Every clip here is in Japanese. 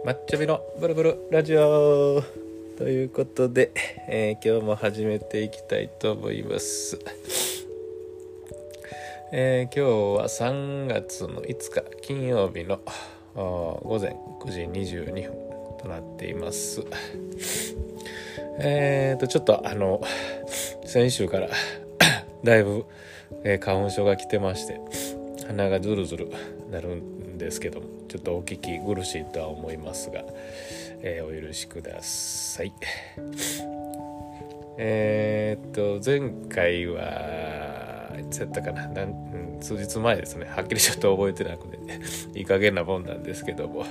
マッチョビのブルブルラジオということで、今日も始めていきたいと思います。今日は3月の5日金曜日の午前9時22分となっています。ちょっと先週からだいぶ、花粉症が来てまして、鼻がズルズルなるんですけども、ちょっとお聞き苦しいとは思いますが、お許しください。前回はいつやったかな、数日前ですね。はっきりちょっと覚えてなくて、いい加減なもんなんですけども、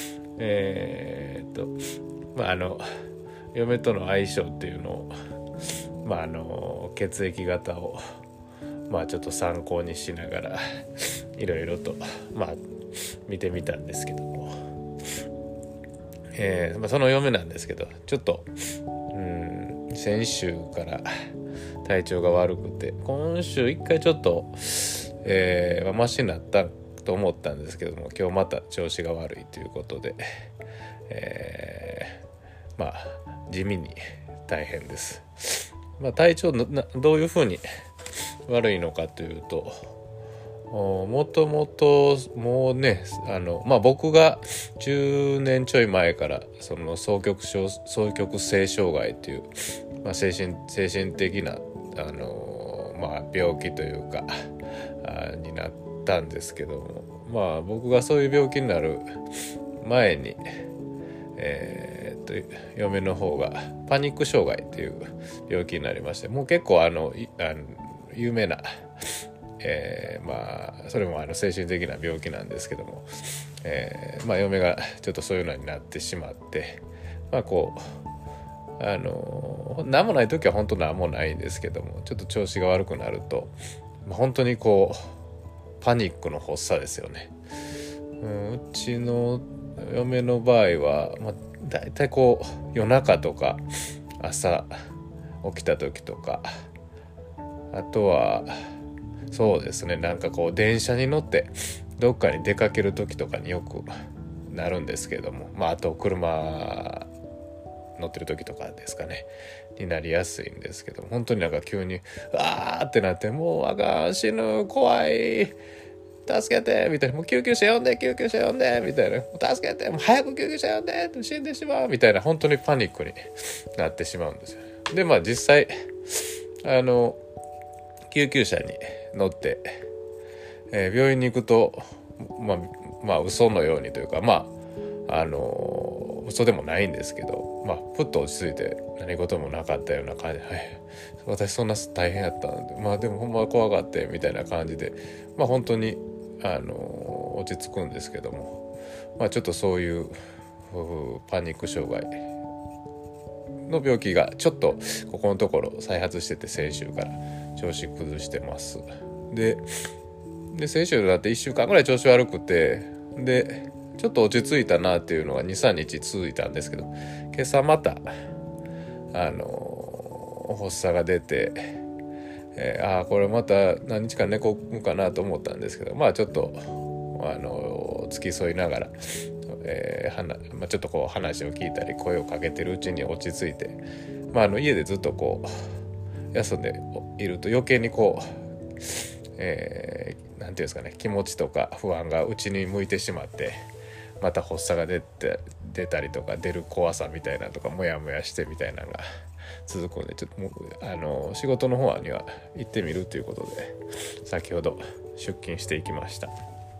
嫁との相性っていうのを、血液型をちょっと参考にしながらいろいろと見てみたんですけども、その嫁なんですけど、ちょっと先週から体調が悪くて、今週一回ちょっと、マシになったと思ったんですけども、今日また調子が悪いということで、地味に大変です。体調どういうふうに悪いのかというと、もともともうね、僕が10年ちょい前からその双極性障害という、精神的な病気というかになったんですけども、僕がそういう病気になる前に、嫁の方がパニック障害という病気になりまして、もう結構有名な、それも精神的な病気なんですけども、嫁がちょっとそういうのになってしまって、何もない時は本当何もないんですけども、ちょっと調子が悪くなると、本当にパニックの発作ですよね。うちの嫁の場合は、だいたい夜中とか朝起きた時とか、あとはそうですね、電車に乗ってどっかに出かける時とかによくなるんですけども、あと車乗ってる時とかですかねになりやすいんですけども、本当に急にあーってなって、もうあかん、死ぬ、怖い、助けてみたいな、もう救急車呼んでみたいな、助けて、もう早く救急車呼んで、死んでしまうみたいな、本当にパニックになってしまうんですよ。で実際救急車に乗って、病院に行くと嘘のようにというか、嘘でもないんですけど、ふっと落ち着いて何事もなかったような感じで、私そんな大変やったんで、でもほんま怖がってみたいな感じで、本当に落ち着くんですけども、ちょっとそういうパニック障害の病気がちょっとここのところ再発してて、先週から調子崩してます。で先週だって1週間ぐらい調子悪くて、でちょっと落ち着いたなっていうのが 2,3 日続いたんですけど、今朝また発作が出て、これまた何日か寝込むかなと思ったんですけど、ちょっと付き添いながら、ちょっと話を聞いたり声をかけてるうちに落ち着いて、家でずっと休んでいると余計になんていうんですかね、気持ちとか不安が内に向いてしまって、また発作が出たりとか、出る怖さみたいなとか、モヤモヤしてみたいなのが続くので、ちょっと仕事の方には行ってみるということで、先ほど出勤していきました。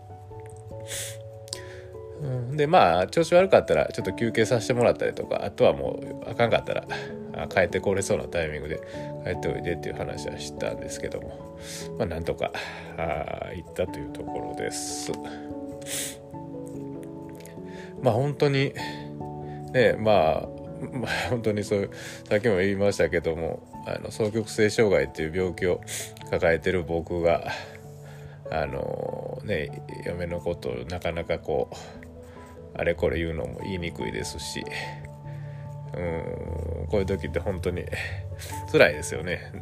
で調子悪かったらちょっと休憩させてもらったりとか、あとはもうあかんかったら帰ってこれそうなタイミングで帰っておいでっていう話はしたんですけども、なんとか行ったというところです。本当にね、本当にそういう、さっきも言いましたけども、双極性障害っていう病気を抱えてる僕が嫁のことをなかなかあれこれ言うのも言いにくいですし、こういう時って本当に辛いですよね。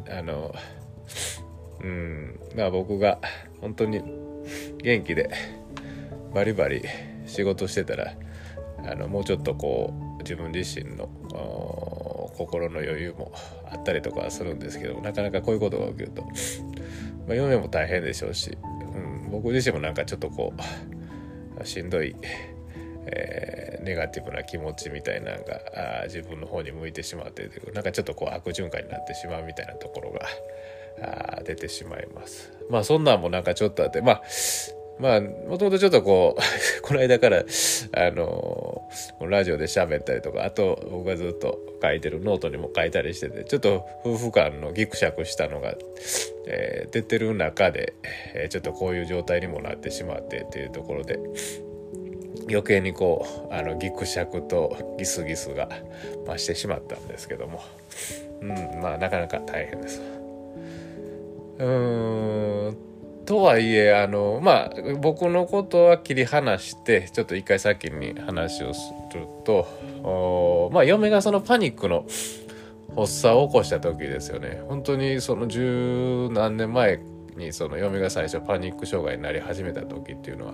僕が本当に元気でバリバリ仕事してたら、 もうちょっとこう自分自身の心の余裕もあったりとかするんですけど、なかなかこういうことが起きると、嫁も大変でしょうし、僕自身もなんかちょっとこうしんどい、ネガティブな気持ちみたいなのが自分の方に向いてしまって、なんかちょっとこう悪循環になってしまうみたいなところが出てしまいます。そんなんもなんかちょっとあって、もともとちょっとこうこの間からラジオで喋ったりとか、あと僕がずっと書いてるノートにも書いたりしてて、ちょっと夫婦間のギクシャクしたのが、出てる中で、ちょっとこういう状態にもなってしまってっていうところで、余計にこうギクシャクとギスギスが増してしまったんですけども、なかなか大変です。とはいえ僕のことは切り離してちょっと一回先に話をすると、嫁がそのパニックの発作を起こした時ですよね。本当にその十何年前にその嫁が最初パニック障害になり始めた時っていうのは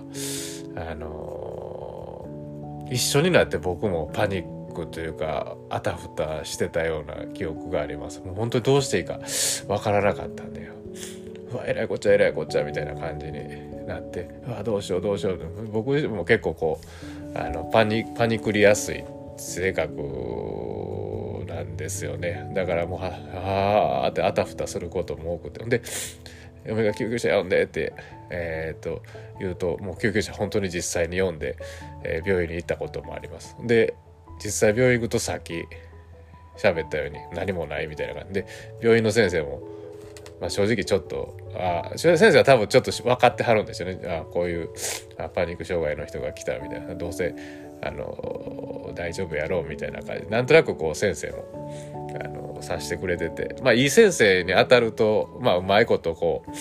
一緒になって僕もパニックというかあたふたしてたような記憶があります。もう本当にどうしていいかわからなかったんだよ。えらいこっちゃえらいこっちゃみたいな感じになって、どうしよう僕自身も結構こうパニクりやすい性格なんですよね。だからもうはーってあたふたすることも多くて、で嫁が救急車呼んでって言うと、もう救急車本当に実際に呼んで、病院に行ったこともあります。で実際病院行くとさっき喋ったように何もないみたいな感じで、病院の先生も正直ちょっと先生は多分ちょっと分かってはるんですよね。こういうパニック障害の人が来たみたいな、どうせ大丈夫やろうみたいな感じで、なんとなくこう先生も察してくれてて、いい先生に当たるとうまいことこう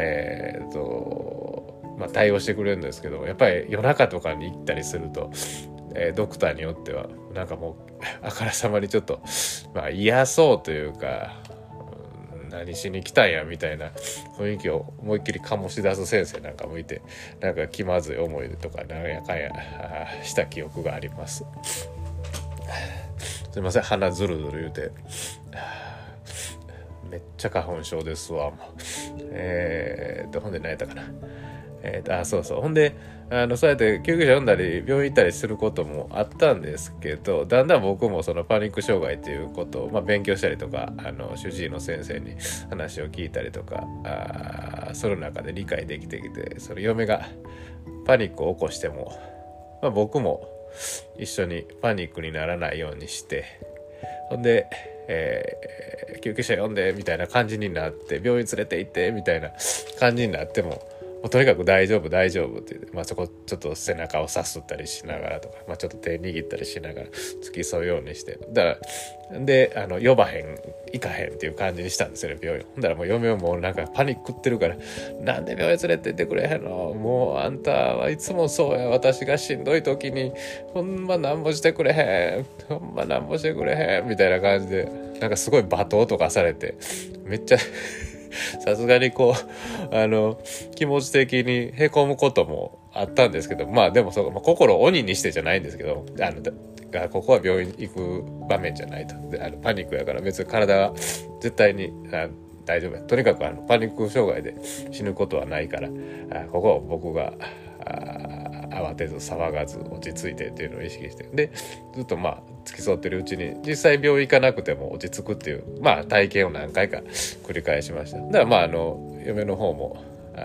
対応してくれるんですけど、やっぱり夜中とかに行ったりすると、ドクターによってはなんかもうあからさまにちょっと嫌そうというか、何しに来たんやみたいな雰囲気を思いっきり醸し出す先生なんかもいて、なんか気まずい思い出とかなんやかんやした記憶があります。すいません、鼻ずるずる言うてめっちゃ花粉症ですわ。ほんで何やったかな、そうほんでそうやって救急車呼んだり病院行ったりすることもあったんですけど、だんだん僕もそのパニック障害っていうことを、勉強したりとか主治医の先生に話を聞いたりとかその中で理解できてきて、その嫁がパニックを起こしても、僕も一緒にパニックにならないようにして、ほんで、救急車呼んでみたいな感じになって、病院連れて行ってみたいな感じになっても、とにかく大丈夫って言って、そこちょっと背中をさすったりしながらとか、ちょっと手握ったりしながら付き添うようにして、だからで呼ばへん行かへんっていう感じにしたんですよね、病院。ほんだらもう嫁はもうなんかパニックってるから、なんで病院連れてってくれへんの、もうあんたはいつもそうや、私がしんどい時にほんまなんもしてくれへん、ほんまなんもしてくれへんみたいな感じで、なんかすごい罵倒とかされて、めっちゃさすがにこう気持ち的にへこむこともあったんですけど、でも心を鬼にしてじゃないんですけど、ここは病院行く場面じゃないと。パニックやから別に体は絶対に大丈夫や、とにかくパニック障害で死ぬことはないから、ここを僕が慌てず騒がず落ち着いてっていうのを意識して、でずっと付き添ってるうちに実際病院行かなくても落ち着くっていう体験を何回か繰り返しました。だから嫁の方も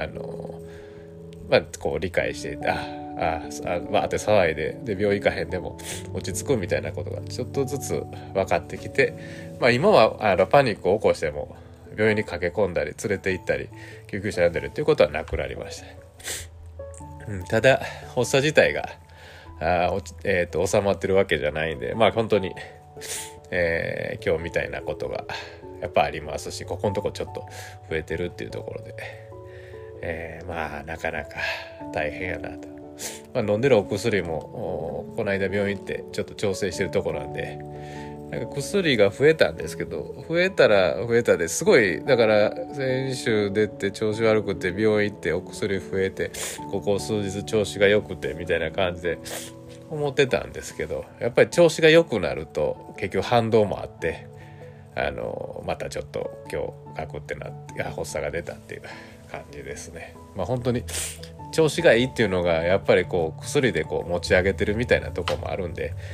こう理解していて、って騒いで病院行かへんでも落ち着くみたいなことがちょっとずつ分かってきて、今はパニックを起こしても病院に駆け込んだり連れて行ったり救急車呼んでるっていうことはなくなりました。ただ発作自体が収まってるわけじゃないんで、本当に、今日みたいなことがやっぱありますし、ここのとこちょっと増えてるっていうところで、なかなか大変やなと。飲んでるお薬もこの間病院行ってちょっと調整してるところなんで、なんか薬が増えたんですけど、増えたら増えたですごい、だから先週出て調子悪くて病院行ってお薬増えて、ここ数日調子が良くてみたいな感じで、 思ってたんですけど、やっぱり調子が良くなると結局反動もあって、またちょっと今日ガクってなって発作が出たっていう感じですね。本当に調子がいいっていうのがやっぱりこう薬でこう持ち上げてるみたいなところもあるんで、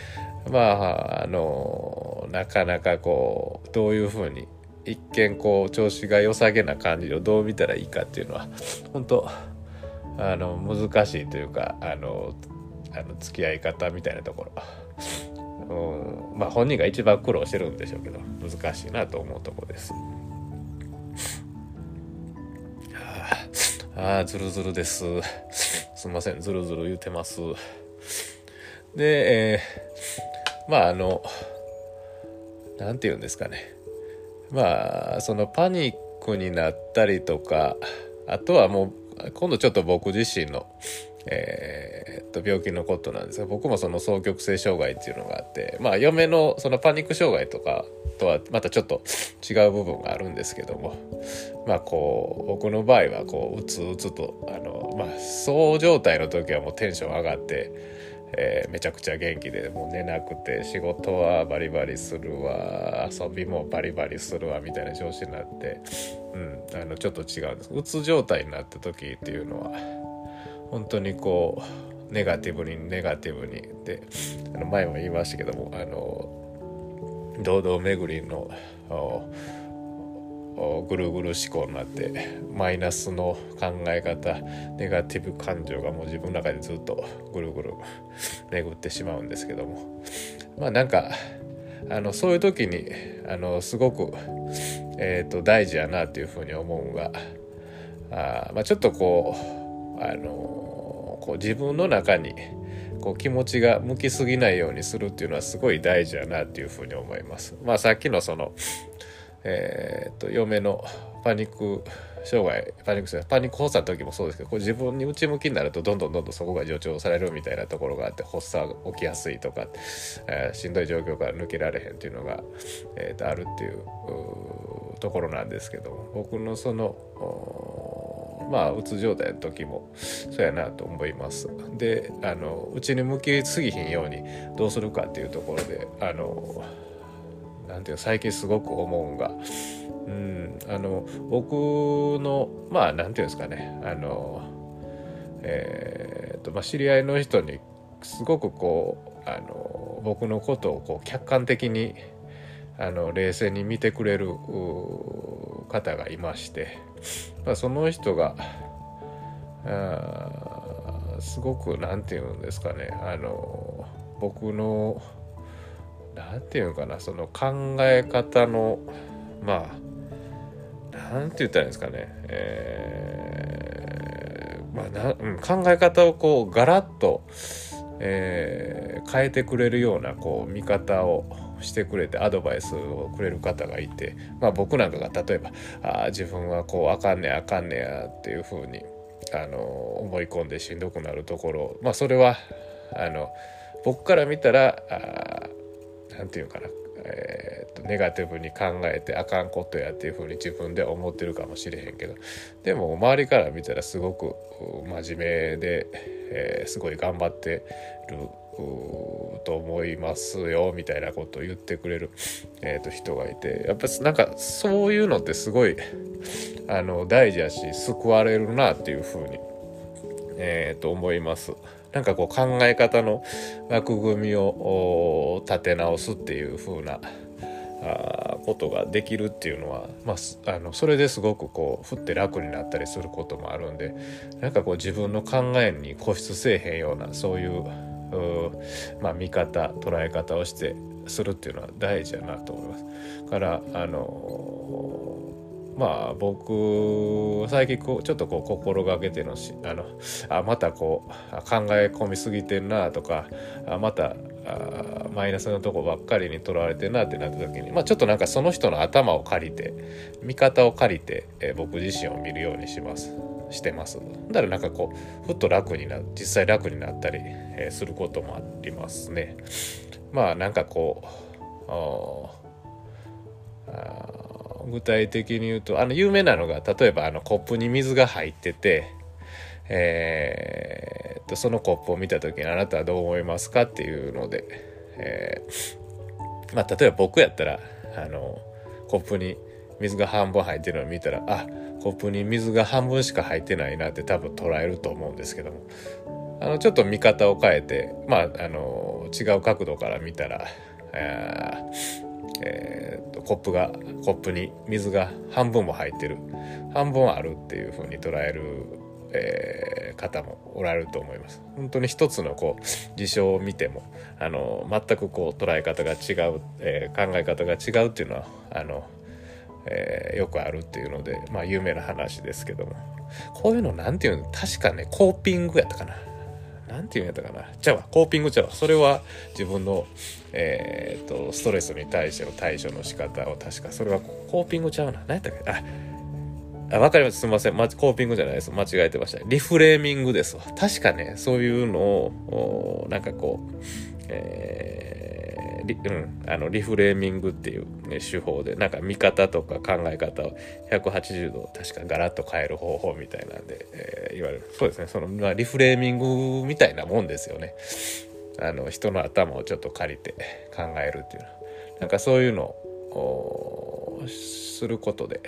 なかなかこうどういうふうに一見こう調子が良さげな感じをどう見たらいいかっていうのは本当難しいというか付き合い方みたいなところ、本人が一番苦労してるんでしょうけど難しいなと思うところです。ズルズルです。すいません、ズルズル言うてます。で、なんて言うんですかね。そのパニックになったりとか、あとはもう今度ちょっと僕自身の病気のことなんですが、僕もその双極性障害っていうのがあって、嫁のそのパニック障害とかとはまたちょっと違う部分があるんですけども、こう僕の場合はこううつうつとそう状態の時はもうテンション上がって、めちゃくちゃ元気でもう寝なくて仕事はバリバリするわ、遊びもバリバリするわみたいな調子になって、ちょっと違うんです。うつ状態になった時っていうのは本当にこうネガティブにで、前も言いましたけども堂々巡りのぐるぐる思考になってマイナスの考え方、ネガティブ感情がもう自分の中でずっとぐるぐる巡ってしまうんですけども、そういう時にすごく、大事やなっていうふうに思うのがちょっとこう自分の中にこう気持ちが向きすぎないようにするっていうのはすごい大事やなっていうふうに思います。さっきのその嫁のパニック発作の時もそうですけど、こう自分に内向きになるとどんどんそこが助長されるみたいなところがあって、発作が起きやすいとか、しんどい状況から抜けられへんっていうのが、あるっていうところなんですけども、僕のそのうつ状態の時もそうやなと思います。で内に向きすぎひんようにどうするかっていうところでなんていう最近すごく思うんが、僕のなんていうんですかね、知り合いの人にすごくこう僕のことをこう客観的に冷静に見てくれる方がいまして、その人がすごくなんていうんですかね、僕のなんていうかな、その考え方のなんて言ったらいいんですかね、考え方をこうガラッと、変えてくれるようなこう見方をしてくれてアドバイスをくれる方がいて、僕なんかが例えば自分はこうあかんねやっていう風に思い込んでしんどくなるところ、それは僕から見たらなんていうかな、ネガティブに考えてあかんことやっていう風に自分では思ってるかもしれへんけど、でも周りから見たらすごく真面目で、すごい頑張ってると思いますよみたいなことを言ってくれる、人がいて、やっぱなんかそういうのってすごい大事やし救われるなっていう風に、思います。なんかこう考え方の枠組みを立て直すっていう風なことができるっていうのは、それですごくこうふって楽になったりすることもあるんで、なんかこう自分の考えに固執せえへんようなそういう見方捉え方をしてするっていうのは大事やなと思います。から僕最近こうちょっとこう心がけてのまたこう考え込みすぎてんなとか、またマイナスのとこばっかりにとらわれてんなってなった時に、ちょっとなんかその人の頭を借りて見方を借りて、僕自身を見るようにしてます。だからなんかこうふっと実際楽になったり、することもありますね。なんかこう具体的に言うと有名なのが、例えばコップに水が入っててそのコップを見た時にあなたはどう思いますかっていうので、例えば僕やったらコップに水が半分入ってるのを見たら、コップに水が半分しか入ってないなって多分捉えると思うんですけども、ちょっと見方を変えて、違う角度から見たら、コップに水が半分も入ってる、半分あるっていう風に捉える、方もおられると思います。本当に一つの事象を見ても全く捉え方が違う、考え方が違うっていうのはよくあるっていうので、有名な話ですけども、こういうのなんていうの、確かねコーピングやったかな、なんていうんやったかな、コーピングそれは自分の、ストレスに対しての対処の仕方を、確かそれはコーピング何やったっけ、わかります。すみません。コーピングじゃないです。間違えてました。リフレーミングですわ。確かね、そういうのを、リフレーミングっていう、手法で、見方とか考え方を180度確かガラッと変える方法みたいなんで、言われる。そうですね。リフレーミングみたいなもんですよね。人の頭をちょっと借りて考えるっていうの。そういうのをすることで、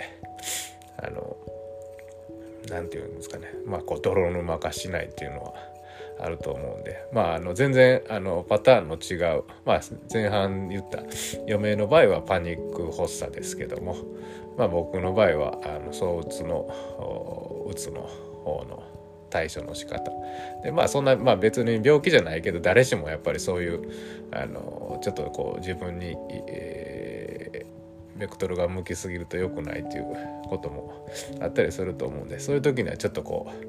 なんていうんですかね、泥沼化しないっていうのはあると思うんで、全然パターンの違う、前半言った嫁の場合はパニック発作ですけども、僕の場合は躁うつの方の対処の仕方で、そんな別に病気じゃないけど、誰しもやっぱりそういうちょっと自分に、ベクトルが向きすぎると良くないっていうこともあったりすると思うんで、そういう時にはちょっと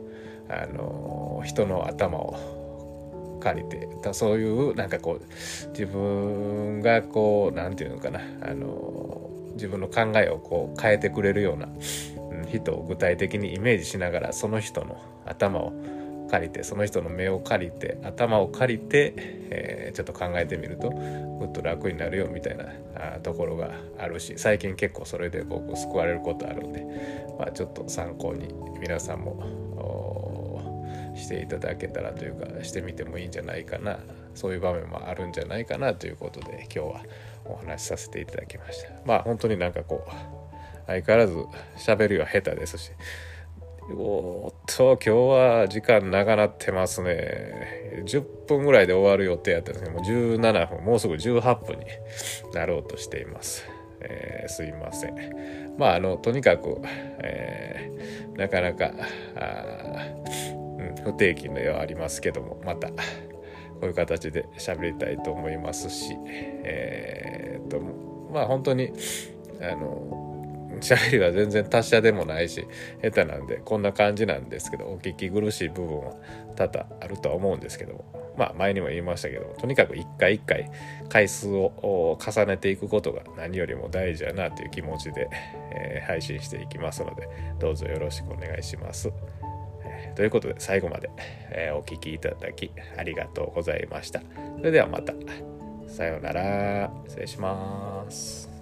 人の頭を借りて、そういう自分がなんていうのかな、自分の考えを変えてくれるような人を具体的にイメージしながら、その人の頭を借りて、その人の目を借りて、頭を借りて、ちょっと考えてみるとぐっと楽になるよみたいなところがあるし、最近結構それで僕救われることあるんで、ちょっと参考に皆さんもしていただけたらというか、してみてもいいんじゃないかな、そういう場面もあるんじゃないかなということで、今日はお話しさせていただきました。本当に相変わらず喋りは下手ですし、今日は時間長なってますね。10分ぐらいで終わる予定やったんですけども、17分、もうすぐ18分になろうとしています。すいません。とにかく、なかなか不定期ではありますけども、またこういう形で喋りたいと思いますし、本当に喋りは全然達者でもないし下手なんで、こんな感じなんですけど、お聞き苦しい部分は多々あるとは思うんですけども、前にも言いましたけども、とにかく一回一回回数を重ねていくことが何よりも大事だなという気持ちで、配信していきますので、どうぞよろしくお願いします。ということで最後まで、お聞きいただきありがとうございました。それではまた。さようなら。失礼します。